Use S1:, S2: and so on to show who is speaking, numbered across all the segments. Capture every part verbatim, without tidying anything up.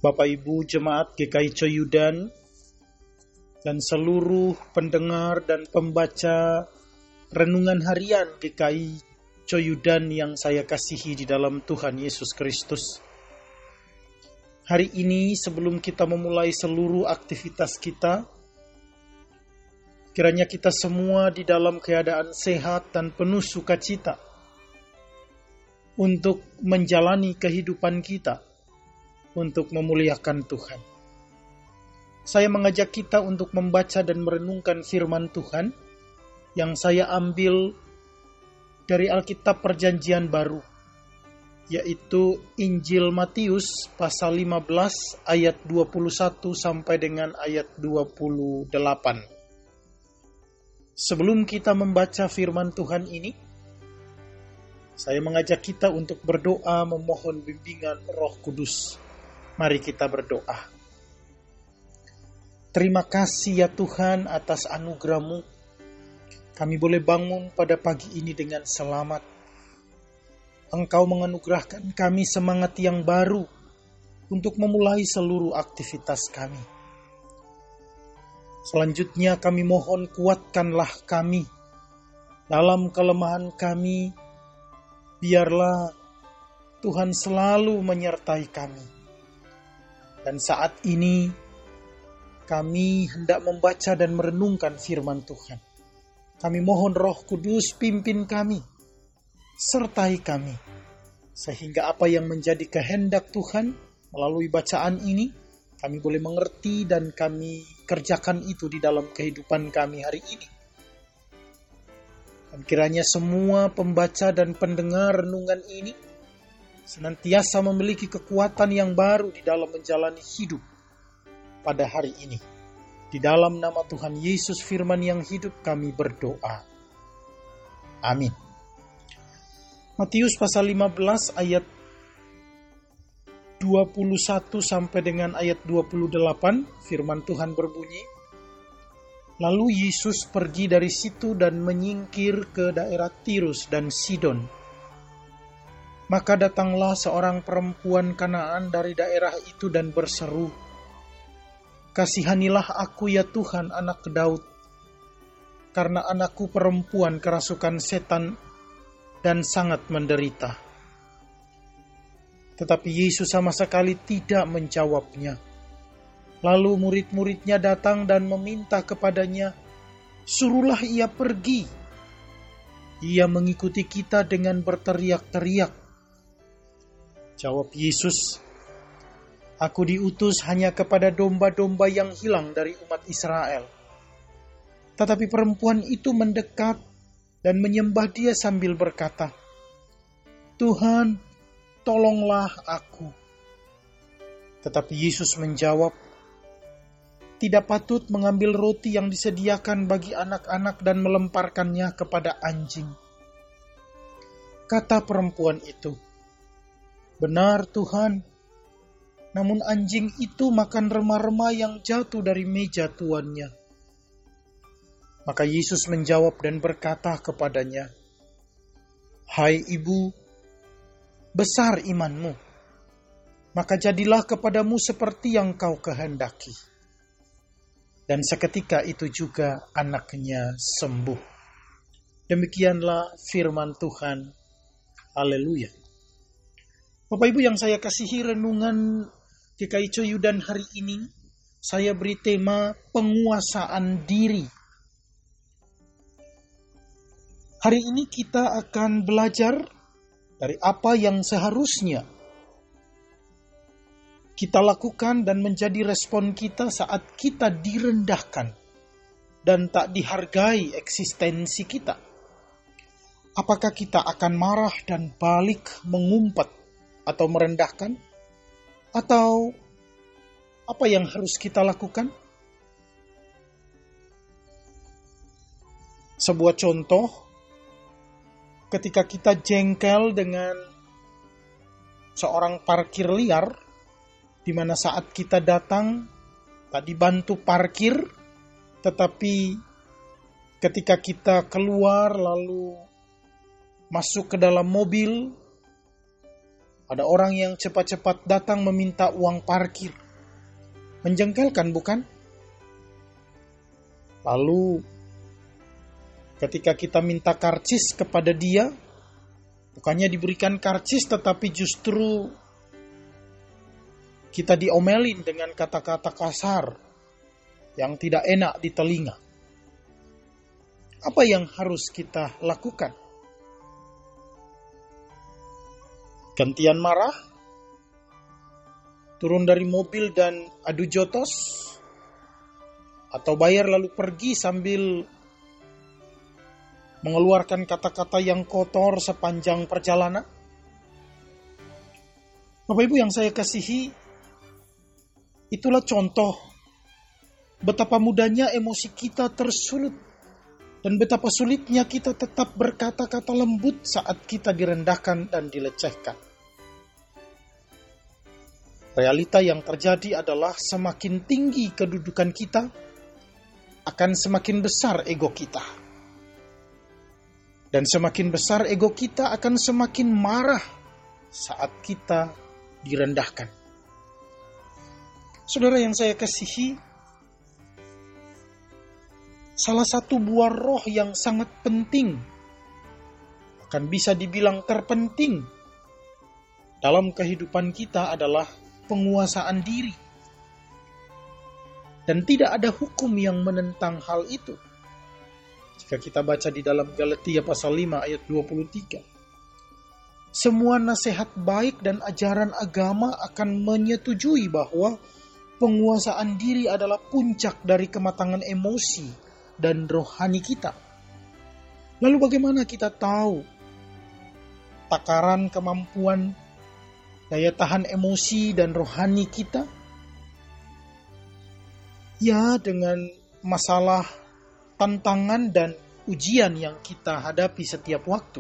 S1: Bapak Ibu Jemaat G K I Coyudan, dan seluruh pendengar dan pembaca renungan harian G K I Coyudan yang saya kasihi di dalam Tuhan Yesus Kristus. Hari ini sebelum kita memulai seluruh aktivitas kita, kiranya kita semua di dalam keadaan sehat dan penuh sukacita untuk menjalani kehidupan kita, untuk memuliakan Tuhan. Saya mengajak kita untuk membaca dan merenungkan firman Tuhan yang saya ambil dari Alkitab Perjanjian Baru, yaitu Injil Matius pasal lima belas ayat dua puluh satu sampai dengan ayat dua puluh delapan. Sebelum kita membaca firman Tuhan ini, saya mengajak kita untuk berdoa memohon bimbingan Roh Kudus. Mari kita berdoa. Terima kasih ya Tuhan atas anugerah-Mu. Kami boleh bangun pada pagi ini dengan selamat. Engkau menganugerahkan kami semangat yang baru untuk memulai seluruh aktivitas kami. Selanjutnya kami mohon kuatkanlah kami dalam kelemahan kami. Biarlah Tuhan selalu menyertai kami. Dan saat ini kami hendak membaca dan merenungkan firman Tuhan. Kami mohon Roh Kudus pimpin kami, sertai kami, sehingga apa yang menjadi kehendak Tuhan melalui bacaan ini, kami boleh mengerti dan kami kerjakan itu di dalam kehidupan kami hari ini. Dan kiranya semua pembaca dan pendengar renungan ini senantiasa memiliki kekuatan yang baru di dalam menjalani hidup pada hari ini. Di dalam nama Tuhan Yesus firman yang hidup kami berdoa. Amin. Matius pasal lima belas ayat dua puluh satu sampai dengan ayat dua puluh delapan, firman Tuhan berbunyi, lalu Yesus pergi dari situ dan menyingkir ke daerah Tirus dan Sidon. Maka datanglah seorang perempuan Kanaan dari daerah itu dan berseru, kasihanilah aku ya Tuhan, anak Daud, karena anakku perempuan kerasukan setan dan sangat menderita. Tetapi Yesus sama sekali tidak menjawabnya. Lalu murid-muridnya datang dan meminta kepadanya, suruhlah ia pergi. Ia mengikuti kita dengan berteriak-teriak. Jawab Yesus, aku diutus hanya kepada domba-domba yang hilang dari umat Israel. Tetapi perempuan itu mendekat dan menyembah dia sambil berkata, Tuhan, tolonglah aku. Tetapi Yesus menjawab, tidak patut mengambil roti yang disediakan bagi anak-anak dan melemparkannya kepada anjing. Kata perempuan itu, benar Tuhan, namun anjing itu makan rema-rema yang jatuh dari meja tuannya. Maka Yesus menjawab dan berkata kepadanya, hai ibu, besar imanmu, maka jadilah kepadamu seperti yang kau kehendaki. Dan seketika itu juga anaknya sembuh. Demikianlah firman Tuhan. Haleluya. Bapak Ibu yang saya kasihi, renungan G K I Coyudan hari ini, saya beri tema penguasaan diri. Hari ini kita akan belajar dari apa yang seharusnya kita lakukan dan menjadi respon kita saat kita direndahkan dan tak dihargai eksistensi kita. Apakah kita akan marah dan balik mengumpat atau merendahkan? Atau apa yang harus kita lakukan? Sebuah contoh, ketika kita jengkel dengan seorang parkir liar, di mana saat kita datang tak dibantu parkir, tetapi ketika kita keluar lalu masuk ke dalam mobil, Ada orang yang cepat-cepat datang meminta uang parkir. Menjengkelkan, bukan? Lalu ketika kita minta karcis kepada dia, bukannya diberikan karcis tetapi justru kita diomelin dengan kata-kata kasar yang tidak enak di telinga. Apa yang harus kita lakukan? Gantian marah? Turun dari mobil dan adu jotos? Atau bayar lalu pergi sambil mengeluarkan kata-kata yang kotor sepanjang perjalanan? Bapak Ibu yang saya kasihi, itulah contoh betapa mudahnya emosi kita tersulut dan betapa sulitnya kita tetap berkata-kata lembut saat kita direndahkan dan dilecehkan. Realita yang terjadi adalah semakin tinggi kedudukan kita, akan semakin besar ego kita. Dan semakin besar ego kita akan semakin marah saat kita direndahkan. Saudara yang saya kasihi, salah satu buah roh yang sangat penting, akan bisa dibilang terpenting dalam kehidupan kita adalah penguasaan diri. Dan tidak ada hukum yang menentang hal itu. Jika kita baca di dalam Galatia pasal lima ayat dua puluh tiga. Semua nasihat baik dan ajaran agama akan menyetujui bahwa penguasaan diri adalah puncak dari kematangan emosi dan rohani kita. Lalu bagaimana kita tahu takaran kemampuan daya tahan emosi dan rohani kita? Ya, dengan masalah, tantangan dan ujian yang kita hadapi setiap waktu.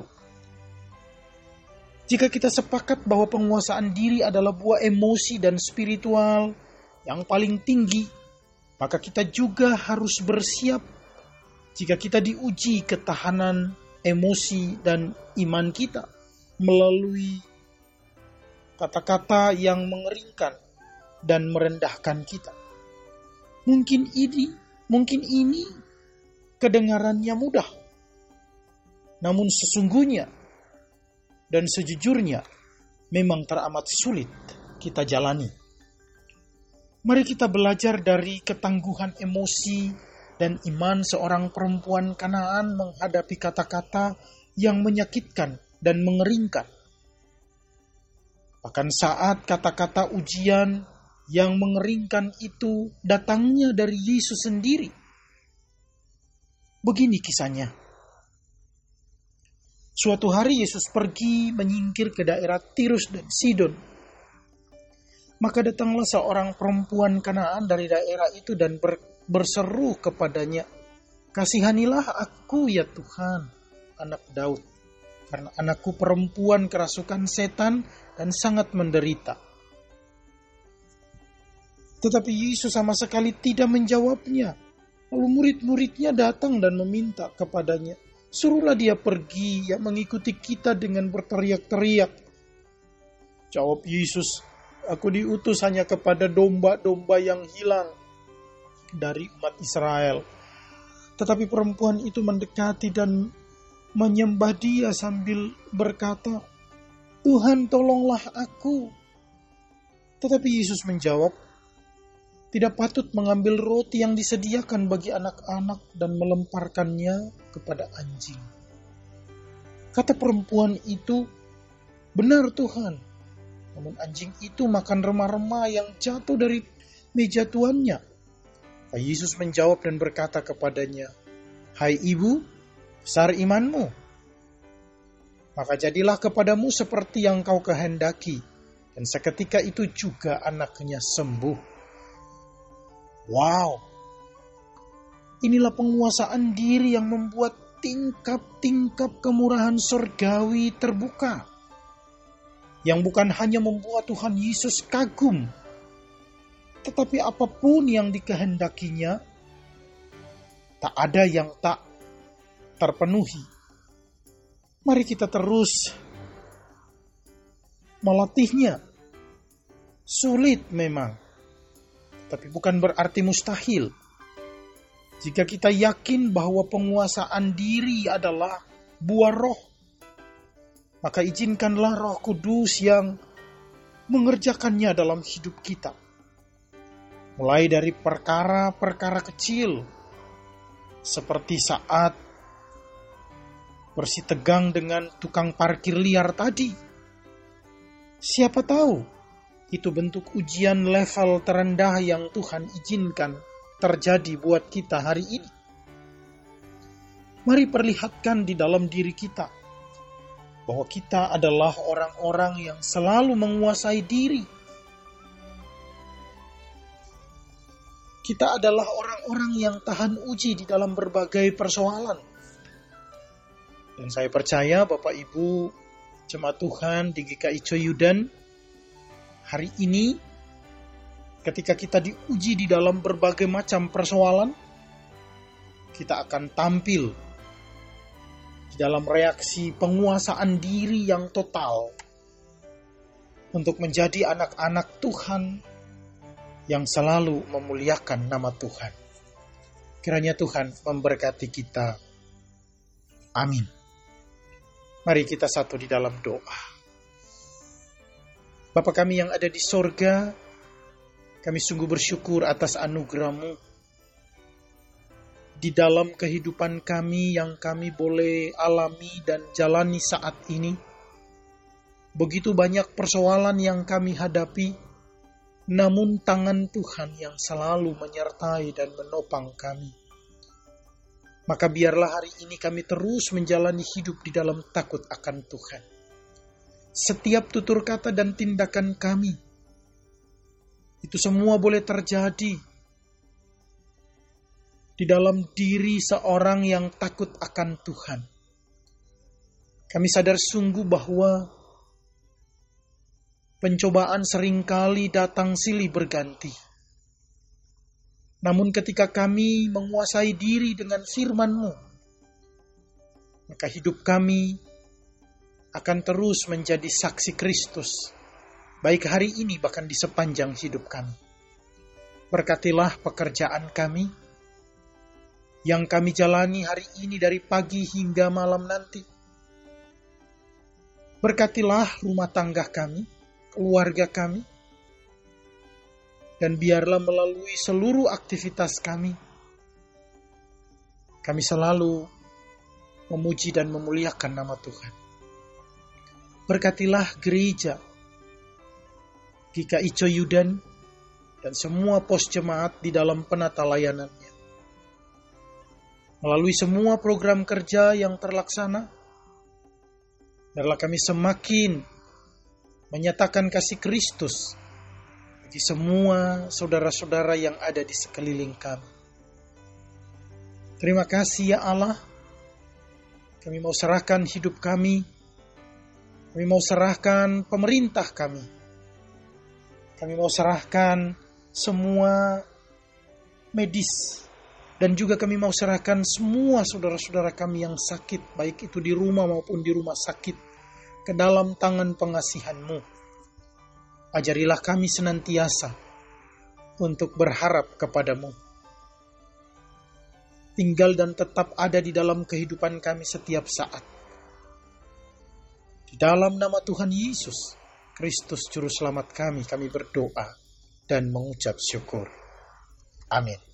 S1: Jika kita sepakat bahwa penguasaan diri adalah buah emosi dan spiritual yang paling tinggi, maka kita juga harus bersiap jika kita diuji ketahanan emosi dan iman kita melalui kata-kata yang mengeringkan dan merendahkan kita. Mungkin ini, mungkin ini kedengarannya mudah, namun sesungguhnya dan sejujurnya memang teramat sulit kita jalani. Mari kita belajar dari ketangguhan emosi dan iman seorang perempuan Kanaan menghadapi kata-kata yang menyakitkan dan mengeringkan. Bahkan saat kata-kata ujian yang mengeringkan itu datangnya dari Yesus sendiri. Begini kisahnya. Suatu hari Yesus pergi menyingkir ke daerah Tirus dan Sidon. Maka datanglah seorang perempuan Kanaan dari daerah itu dan ber, berseru kepadanya, "Kasihanilah aku ya Tuhan, anak Daud, karena anakku perempuan kerasukan setan dan sangat menderita." Tetapi Yesus sama sekali tidak menjawabnya. Lalu murid-muridnya datang dan meminta kepadanya, "Suruhlah dia pergi, yang mengikuti kita dengan berteriak-teriak." Jawab Yesus, "Aku diutus hanya kepada domba-domba yang hilang dari umat Israel." Tetapi perempuan itu mendekati dan menyembah dia sambil berkata, "Tuhan, tolonglah aku." Tetapi Yesus menjawab, "Tidak patut mengambil roti yang disediakan bagi anak-anak dan melemparkannya kepada anjing." Kata perempuan itu, "Benar Tuhan." Namun anjing itu makan remah-remah yang jatuh dari meja tuannya. Yesus menjawab dan berkata kepadanya, "Hai ibu, besar imanmu. Maka jadilah kepadamu seperti yang kau kehendaki." Dan seketika itu juga anaknya sembuh. Wow, inilah penguasaan diri yang membuat tingkap-tingkap kemurahan surgawi terbuka. Yang bukan hanya membuat Tuhan Yesus kagum, tetapi apapun yang dikehendakinya, tak ada yang tak terpenuhi. Mari kita terus melatihnya. Sulit memang, tapi bukan berarti mustahil. Jika kita yakin bahwa penguasaan diri adalah buah roh, maka izinkanlah Roh Kudus yang mengerjakannya dalam hidup kita. Mulai dari perkara-perkara kecil, seperti saat bersitegang dengan tukang parkir liar tadi. Siapa tahu, itu bentuk ujian level terendah yang Tuhan izinkan terjadi buat kita hari ini. Mari perlihatkan di dalam diri kita bahwa kita adalah orang-orang yang selalu menguasai diri. Kita adalah orang-orang yang tahan uji di dalam berbagai persoalan. Dan saya percaya Bapak Ibu Jemaat Tuhan di G K I Coyudan, hari ini ketika kita diuji di dalam berbagai macam persoalan, kita akan tampil di dalam reaksi penguasaan diri yang total untuk menjadi anak-anak Tuhan yang selalu memuliakan nama Tuhan. Kiranya Tuhan memberkati kita. Amin. Mari kita satu di dalam doa. Bapa kami yang ada di sorga, kami sungguh bersyukur atas anugerah-Mu di dalam kehidupan kami yang kami boleh alami dan jalani saat ini. Begitu banyak persoalan yang kami hadapi, namun tangan Tuhan yang selalu menyertai dan menopang kami. Maka biarlah hari ini kami terus menjalani hidup di dalam takut akan Tuhan. Setiap tutur kata dan tindakan kami, itu semua boleh terjadi di dalam diri seorang yang takut akan Tuhan. Kami sadar sungguh bahwa pencobaan seringkali datang silih berganti. Namun ketika kami menguasai diri dengan firman-Mu, maka hidup kami akan terus menjadi saksi Kristus, baik hari ini bahkan di sepanjang hidup kami. Berkatilah pekerjaan kami, yang kami jalani hari ini dari pagi hingga malam nanti. Berkatilah rumah tangga kami, keluarga kami, dan biarlah melalui seluruh aktivitas kami, kami selalu memuji dan memuliakan nama Tuhan. Berkatilah gereja G K I Coyudan dan semua pos jemaat di dalam penata layanannya. Melalui semua program kerja yang terlaksana, biarlah kami semakin menyatakan kasih Kristus bagi semua saudara-saudara yang ada di sekeliling kami. Terima kasih ya Allah. Kami mau serahkan hidup kami. Kami mau serahkan pemerintah kami. Kami mau serahkan semua medis. Dan juga kami mau serahkan semua saudara-saudara kami yang sakit, baik itu di rumah maupun di rumah sakit, ke dalam tangan pengasihan-Mu. Ajarilah kami senantiasa untuk berharap kepada-Mu. Tinggal dan tetap ada di dalam kehidupan kami setiap saat. Di dalam nama Tuhan Yesus Kristus Juru Selamat kami, kami berdoa dan mengucap syukur. Amin.